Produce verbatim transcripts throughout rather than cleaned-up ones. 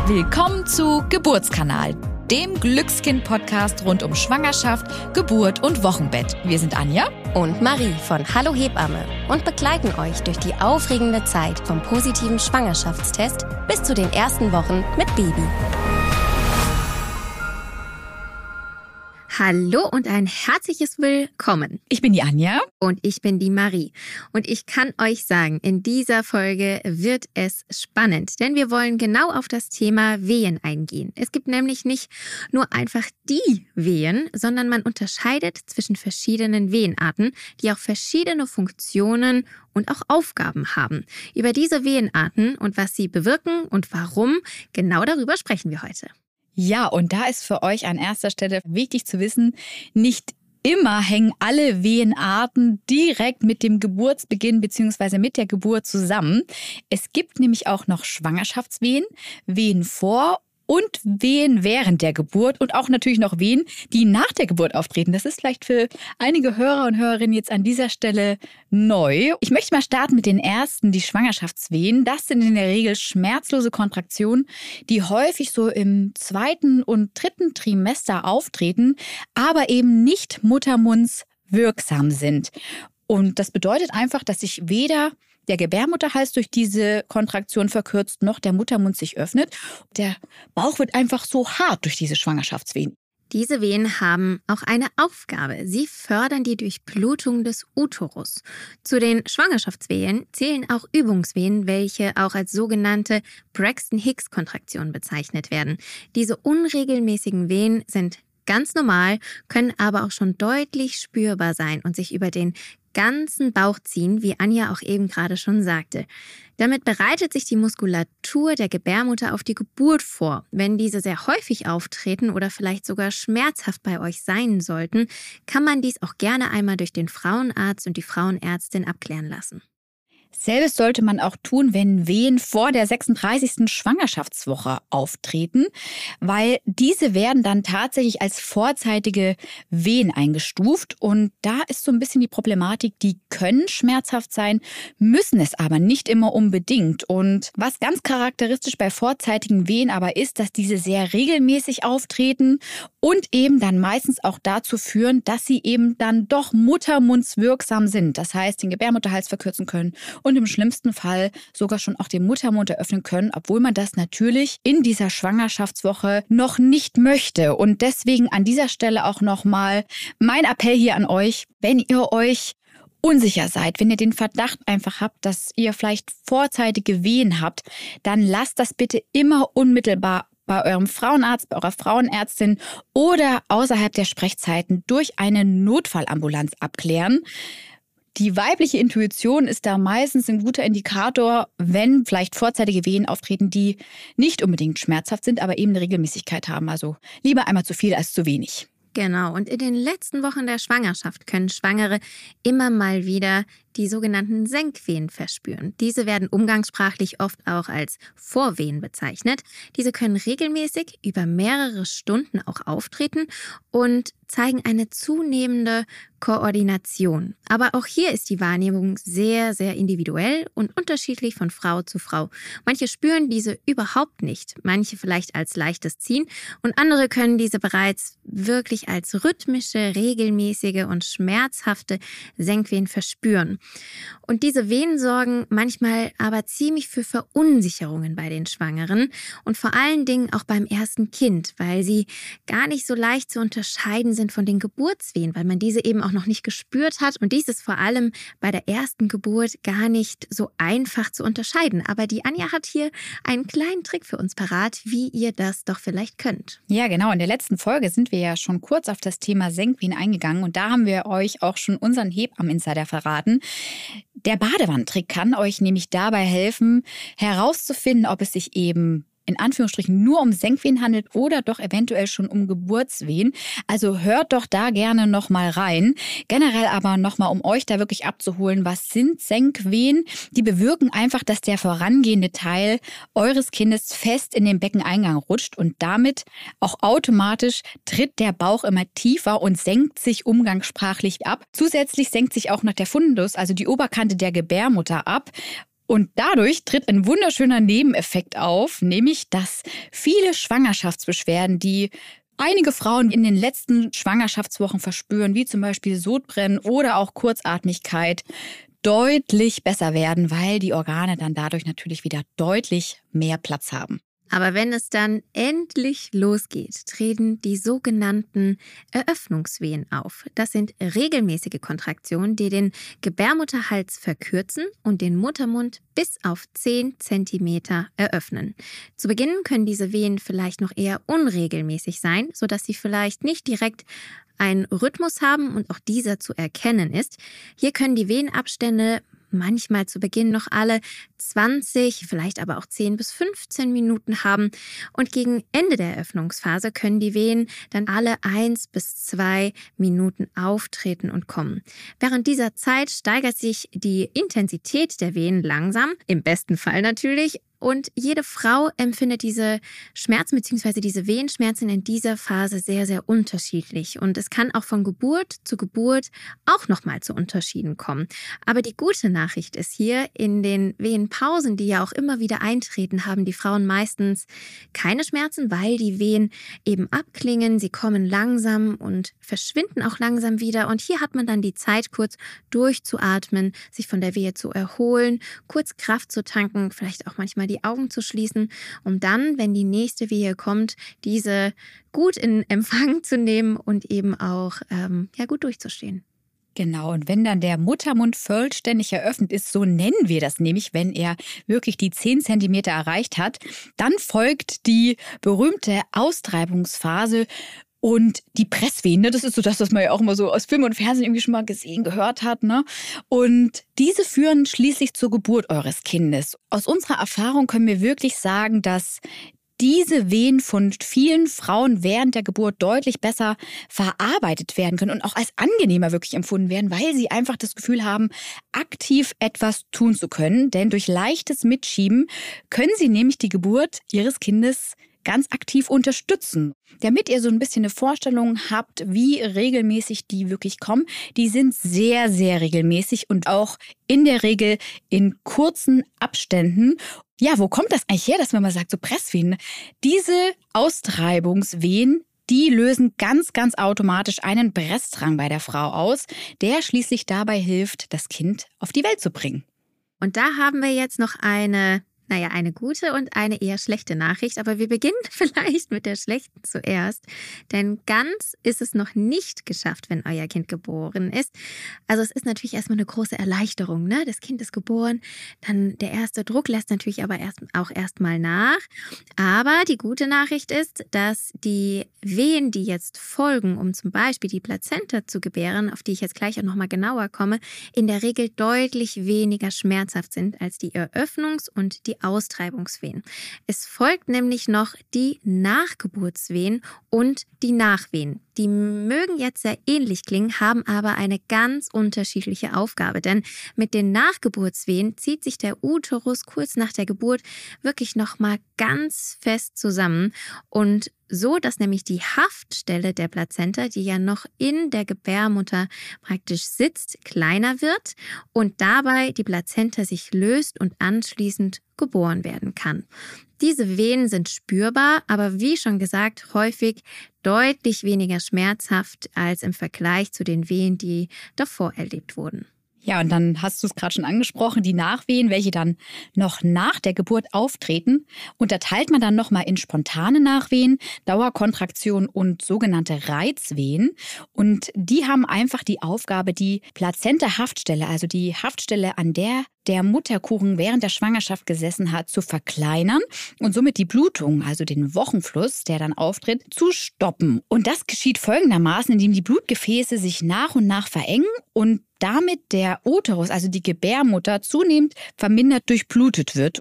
Willkommen zu Geburtskanal, dem Glückskind-Podcast rund um Schwangerschaft, Geburt und Wochenbett. Wir sind Anja und Marie von Hallo Hebamme und begleiten euch durch die aufregende Zeit vom positiven Schwangerschaftstest bis zu den ersten Wochen mit Baby. Hallo und ein herzliches Willkommen. Ich bin die Anja. Und ich bin die Marie. Und ich kann euch sagen, in dieser Folge wird es spannend, denn wir wollen genau auf das Thema Wehen eingehen. Es gibt nämlich nicht nur einfach die Wehen, sondern man unterscheidet zwischen verschiedenen Wehenarten, die auch verschiedene Funktionen und auch Aufgaben haben. Über diese Wehenarten und was sie bewirken und warum, genau darüber sprechen wir heute. Ja, und da ist für euch an erster Stelle wichtig zu wissen, nicht immer hängen alle Wehenarten direkt mit dem Geburtsbeginn bzw. mit der Geburt zusammen. Es gibt nämlich auch noch Schwangerschaftswehen, Wehen vor und Wehen während der Geburt und auch natürlich noch Wehen, die nach der Geburt auftreten. Das ist vielleicht für einige Hörer und Hörerinnen jetzt an dieser Stelle neu. Ich möchte mal starten mit den ersten, die Schwangerschaftswehen. Das sind in der Regel schmerzlose Kontraktionen, die häufig so im zweiten und dritten Trimester auftreten, aber eben nicht muttermundswirksam sind. Und das bedeutet einfach, dass sich weder der Gebärmutterhals durch diese Kontraktion verkürzt, noch der Muttermund sich öffnet. Der Bauch wird einfach so hart durch diese Schwangerschaftswehen. Diese Wehen haben auch eine Aufgabe. Sie fördern die Durchblutung des Uterus. Zu den Schwangerschaftswehen zählen auch Übungswehen, welche auch als sogenannte Braxton-Hicks-Kontraktionen bezeichnet werden. Diese unregelmäßigen Wehen sind ganz normal, können aber auch schon deutlich spürbar sein und sich über den ganzen Bauch ziehen, wie Anja auch eben gerade schon sagte. Damit bereitet sich die Muskulatur der Gebärmutter auf die Geburt vor. Wenn diese sehr häufig auftreten oder vielleicht sogar schmerzhaft bei euch sein sollten, kann man dies auch gerne einmal durch den Frauenarzt und die Frauenärztin abklären lassen. Selbes sollte man auch tun, wenn Wehen vor der sechsunddreißigsten Schwangerschaftswoche auftreten, weil diese werden dann tatsächlich als vorzeitige Wehen eingestuft. Und da ist so ein bisschen die Problematik, die können schmerzhaft sein, müssen es aber nicht immer unbedingt. Und was ganz charakteristisch bei vorzeitigen Wehen aber ist, dass diese sehr regelmäßig auftreten und eben dann meistens auch dazu führen, dass sie eben dann doch muttermundswirksam sind. Das heißt, den Gebärmutterhals verkürzen können und im schlimmsten Fall sogar schon auch den Muttermund eröffnen können, obwohl man das natürlich in dieser Schwangerschaftswoche noch nicht möchte. Und deswegen an dieser Stelle auch nochmal mein Appell hier an euch, wenn ihr euch unsicher seid, wenn ihr den Verdacht einfach habt, dass ihr vielleicht vorzeitige Wehen habt, dann lasst das bitte immer unmittelbar bei eurem Frauenarzt, bei eurer Frauenärztin oder außerhalb der Sprechzeiten durch eine Notfallambulanz abklären. Die weibliche Intuition ist da meistens ein guter Indikator, wenn vielleicht vorzeitige Wehen auftreten, die nicht unbedingt schmerzhaft sind, aber eben eine Regelmäßigkeit haben. Also lieber einmal zu viel als zu wenig. Genau, und in den letzten Wochen der Schwangerschaft können Schwangere immer mal wieder die sogenannten Senkwehen verspüren. Diese werden umgangssprachlich oft auch als Vorwehen bezeichnet. Diese können regelmäßig über mehrere Stunden auch auftreten und zeigen eine zunehmende Koordination. Aber auch hier ist die Wahrnehmung sehr, sehr individuell und unterschiedlich von Frau zu Frau. Manche spüren diese überhaupt nicht, manche vielleicht als leichtes Ziehen und andere können diese bereits wirklich als rhythmische, regelmäßige und schmerzhafte Senkwehen verspüren. Und diese Wehen sorgen manchmal aber ziemlich für Verunsicherungen bei den Schwangeren und vor allen Dingen auch beim ersten Kind, weil sie gar nicht so leicht zu unterscheiden sind von den Geburtswehen, weil man diese eben auch noch nicht gespürt hat. Und dies ist vor allem bei der ersten Geburt gar nicht so einfach zu unterscheiden. Aber die Anja hat hier einen kleinen Trick für uns parat, wie ihr das doch vielleicht könnt. Ja, genau. In der letzten Folge sind wir ja schon kurz auf das Thema Senkwehen eingegangen und da haben wir euch auch schon unseren Hebammen-Insider verraten. Der Badewannentrick kann euch nämlich dabei helfen, herauszufinden, ob es sich eben in Anführungsstrichen nur um Senkwehen handelt oder doch eventuell schon um Geburtswehen. Also hört doch da gerne nochmal rein. Generell aber nochmal, um euch da wirklich abzuholen, was sind Senkwehen? Die bewirken einfach, dass der vorangehende Teil eures Kindes fest in den Beckeneingang rutscht und damit auch automatisch tritt der Bauch immer tiefer und senkt sich umgangssprachlich ab. Zusätzlich senkt sich auch noch der Fundus, also die Oberkante der Gebärmutter ab. Und dadurch tritt ein wunderschöner Nebeneffekt auf, nämlich dass viele Schwangerschaftsbeschwerden, die einige Frauen in den letzten Schwangerschaftswochen verspüren, wie zum Beispiel Sodbrennen oder auch Kurzatmigkeit, deutlich besser werden, weil die Organe dann dadurch natürlich wieder deutlich mehr Platz haben. Aber wenn es dann endlich losgeht, treten die sogenannten Eröffnungswehen auf. Das sind regelmäßige Kontraktionen, die den Gebärmutterhals verkürzen und den Muttermund bis auf zehn Zentimeter eröffnen. Zu Beginn können diese Wehen vielleicht noch eher unregelmäßig sein, sodass sie vielleicht nicht direkt einen Rhythmus haben und auch dieser zu erkennen ist. Hier können die Wehenabstände manchmal zu Beginn noch alle zwanzig, vielleicht aber auch zehn bis fünfzehn Minuten haben. Und gegen Ende der Eröffnungsphase können die Wehen dann alle eins bis zwei Minuten auftreten und kommen. Während dieser Zeit steigert sich die Intensität der Wehen langsam, im besten Fall natürlich. Und jede Frau empfindet diese Schmerzen bzw. diese Wehenschmerzen in dieser Phase sehr, sehr unterschiedlich. Und es kann auch von Geburt zu Geburt auch nochmal zu Unterschieden kommen. Aber die gute Nachricht ist hier, in den Wehenpausen, die ja auch immer wieder eintreten, haben die Frauen meistens keine Schmerzen, weil die Wehen eben abklingen. Sie kommen langsam und verschwinden auch langsam wieder. Und hier hat man dann die Zeit, kurz durchzuatmen, sich von der Wehe zu erholen, kurz Kraft zu tanken, vielleicht auch manchmal die die Augen zu schließen, um dann, wenn die nächste Wehe kommt, diese gut in Empfang zu nehmen und eben auch ähm, ja, gut durchzustehen. Genau, und wenn dann der Muttermund vollständig eröffnet ist, so nennen wir das nämlich, wenn er wirklich die zehn Zentimeter erreicht hat, dann folgt die berühmte Austreibungsphase. Und die Presswehen, ne, das ist so das, was man ja auch immer so aus Film und Fernsehen irgendwie schon mal gesehen, gehört hat, ne? Und diese führen schließlich zur Geburt eures Kindes. Aus unserer Erfahrung können wir wirklich sagen, dass diese Wehen von vielen Frauen während der Geburt deutlich besser verarbeitet werden können und auch als angenehmer wirklich empfunden werden, weil sie einfach das Gefühl haben, aktiv etwas tun zu können. Denn durch leichtes Mitschieben können sie nämlich die Geburt ihres Kindes ganz aktiv unterstützen. Damit ihr so ein bisschen eine Vorstellung habt, wie regelmäßig die wirklich kommen, die sind sehr, sehr regelmäßig und auch in der Regel in kurzen Abständen. Ja, wo kommt das eigentlich her, dass man mal sagt, so Presswehen? Diese Austreibungswehen, die lösen ganz, ganz automatisch einen Brestdrang bei der Frau aus, der schließlich dabei hilft, das Kind auf die Welt zu bringen. Und da haben wir jetzt noch eine Naja, eine gute und eine eher schlechte Nachricht, aber wir beginnen vielleicht mit der schlechten zuerst, denn ganz ist es noch nicht geschafft, wenn euer Kind geboren ist. Also es ist natürlich erstmal eine große Erleichterung, ne? Das Kind ist geboren, dann der erste Druck lässt natürlich aber erst, auch erstmal nach. Aber die gute Nachricht ist, dass die Wehen, die jetzt folgen, um zum Beispiel die Plazenta zu gebären, auf die ich jetzt gleich auch nochmal genauer komme, in der Regel deutlich weniger schmerzhaft sind als die Eröffnungs- und die Austreibungswehen. Es folgt nämlich noch die Nachgeburtswehen und die Nachwehen. Die mögen jetzt sehr ähnlich klingen, haben aber eine ganz unterschiedliche Aufgabe, denn mit den Nachgeburtswehen zieht sich der Uterus kurz nach der Geburt wirklich nochmal ganz fest zusammen und so, dass nämlich die Haftstelle der Plazenta, die ja noch in der Gebärmutter praktisch sitzt, kleiner wird und dabei die Plazenta sich löst und anschließend geboren werden kann. Diese Wehen sind spürbar, aber wie schon gesagt, häufig deutlich weniger schmerzhaft als im Vergleich zu den Wehen, die davor erlebt wurden. Ja, und dann hast du es gerade schon angesprochen, die Nachwehen, welche dann noch nach der Geburt auftreten, unterteilt man dann nochmal in spontane Nachwehen, Dauerkontraktion und sogenannte Reizwehen. Und die haben einfach die Aufgabe, die Plazenta-Haftstelle, also die Haftstelle, an der der Mutterkuchen während der Schwangerschaft gesessen hat, zu verkleinern und somit die Blutung, also den Wochenfluss, der dann auftritt, zu stoppen. Und das geschieht folgendermaßen, indem die Blutgefäße sich nach und nach verengen und damit der Uterus, also die Gebärmutter, zunehmend vermindert durchblutet wird.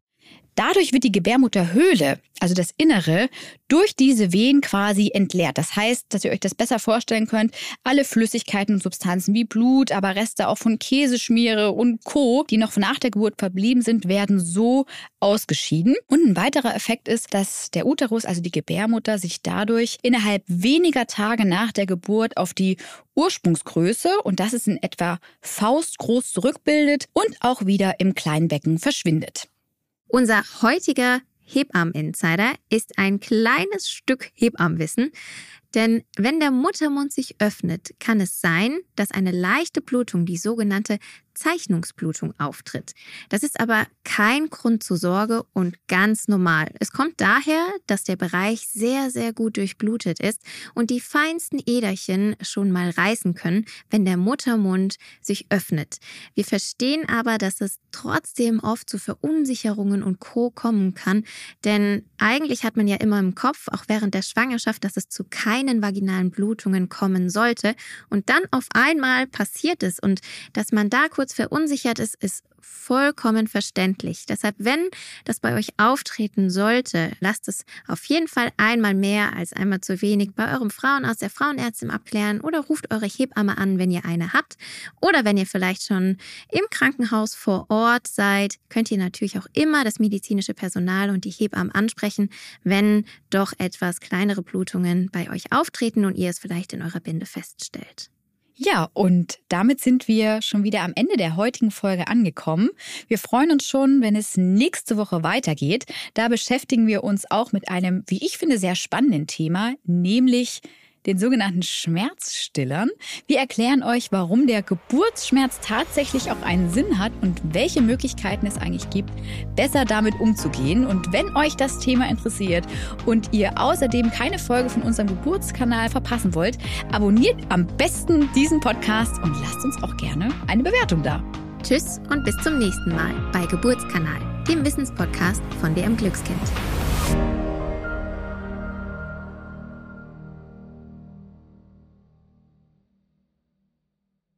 Dadurch wird die Gebärmutterhöhle, also das Innere, durch diese Wehen quasi entleert. Das heißt, dass ihr euch das besser vorstellen könnt, alle Flüssigkeiten und Substanzen wie Blut, aber Reste auch von Käseschmiere und Co., die noch nach der Geburt verblieben sind, werden so ausgeschieden. Und ein weiterer Effekt ist, dass der Uterus, also die Gebärmutter, sich dadurch innerhalb weniger Tage nach der Geburt auf die Ursprungsgröße, und das ist in etwa faustgroß, zurückbildet und auch wieder im Kleinbecken verschwindet. Unser heutiger Hebammen-Insider ist ein kleines Stück Hebammenwissen, denn wenn der Muttermund sich öffnet, kann es sein, dass eine leichte Blutung, die sogenannte Zeichnungsblutung, auftritt. Das ist aber kein Grund zur Sorge und ganz normal. Es kommt daher, dass der Bereich sehr, sehr gut durchblutet ist und die feinsten Äderchen schon mal reißen können, wenn der Muttermund sich öffnet. Wir verstehen aber, dass es trotzdem oft zu Verunsicherungen und Co. kommen kann, denn eigentlich hat man ja immer im Kopf, auch während der Schwangerschaft, dass es zu keinen vaginalen Blutungen kommen sollte und dann auf einmal passiert es und dass man da kurz verunsichert ist, ist vollkommen verständlich. Deshalb, wenn das bei euch auftreten sollte, lasst es auf jeden Fall einmal mehr als einmal zu wenig bei eurem Frauenarzt, der Frauenärztin abklären oder ruft eure Hebamme an, wenn ihr eine habt. Oder wenn ihr vielleicht schon im Krankenhaus vor Ort seid, könnt ihr natürlich auch immer das medizinische Personal und die Hebammen ansprechen, wenn doch etwas kleinere Blutungen bei euch auftreten und ihr es vielleicht in eurer Binde feststellt. Ja, und damit sind wir schon wieder am Ende der heutigen Folge angekommen. Wir freuen uns schon, wenn es nächste Woche weitergeht. Da beschäftigen wir uns auch mit einem, wie ich finde, sehr spannenden Thema, nämlich den sogenannten Schmerzstillern. Wir erklären euch, warum der Geburtsschmerz tatsächlich auch einen Sinn hat und welche Möglichkeiten es eigentlich gibt, besser damit umzugehen. Und wenn euch das Thema interessiert und ihr außerdem keine Folge von unserem Geburtskanal verpassen wollt, abonniert am besten diesen Podcast und lasst uns auch gerne eine Bewertung da. Tschüss und bis zum nächsten Mal bei Geburtskanal, dem Wissenspodcast von D M Glückskind.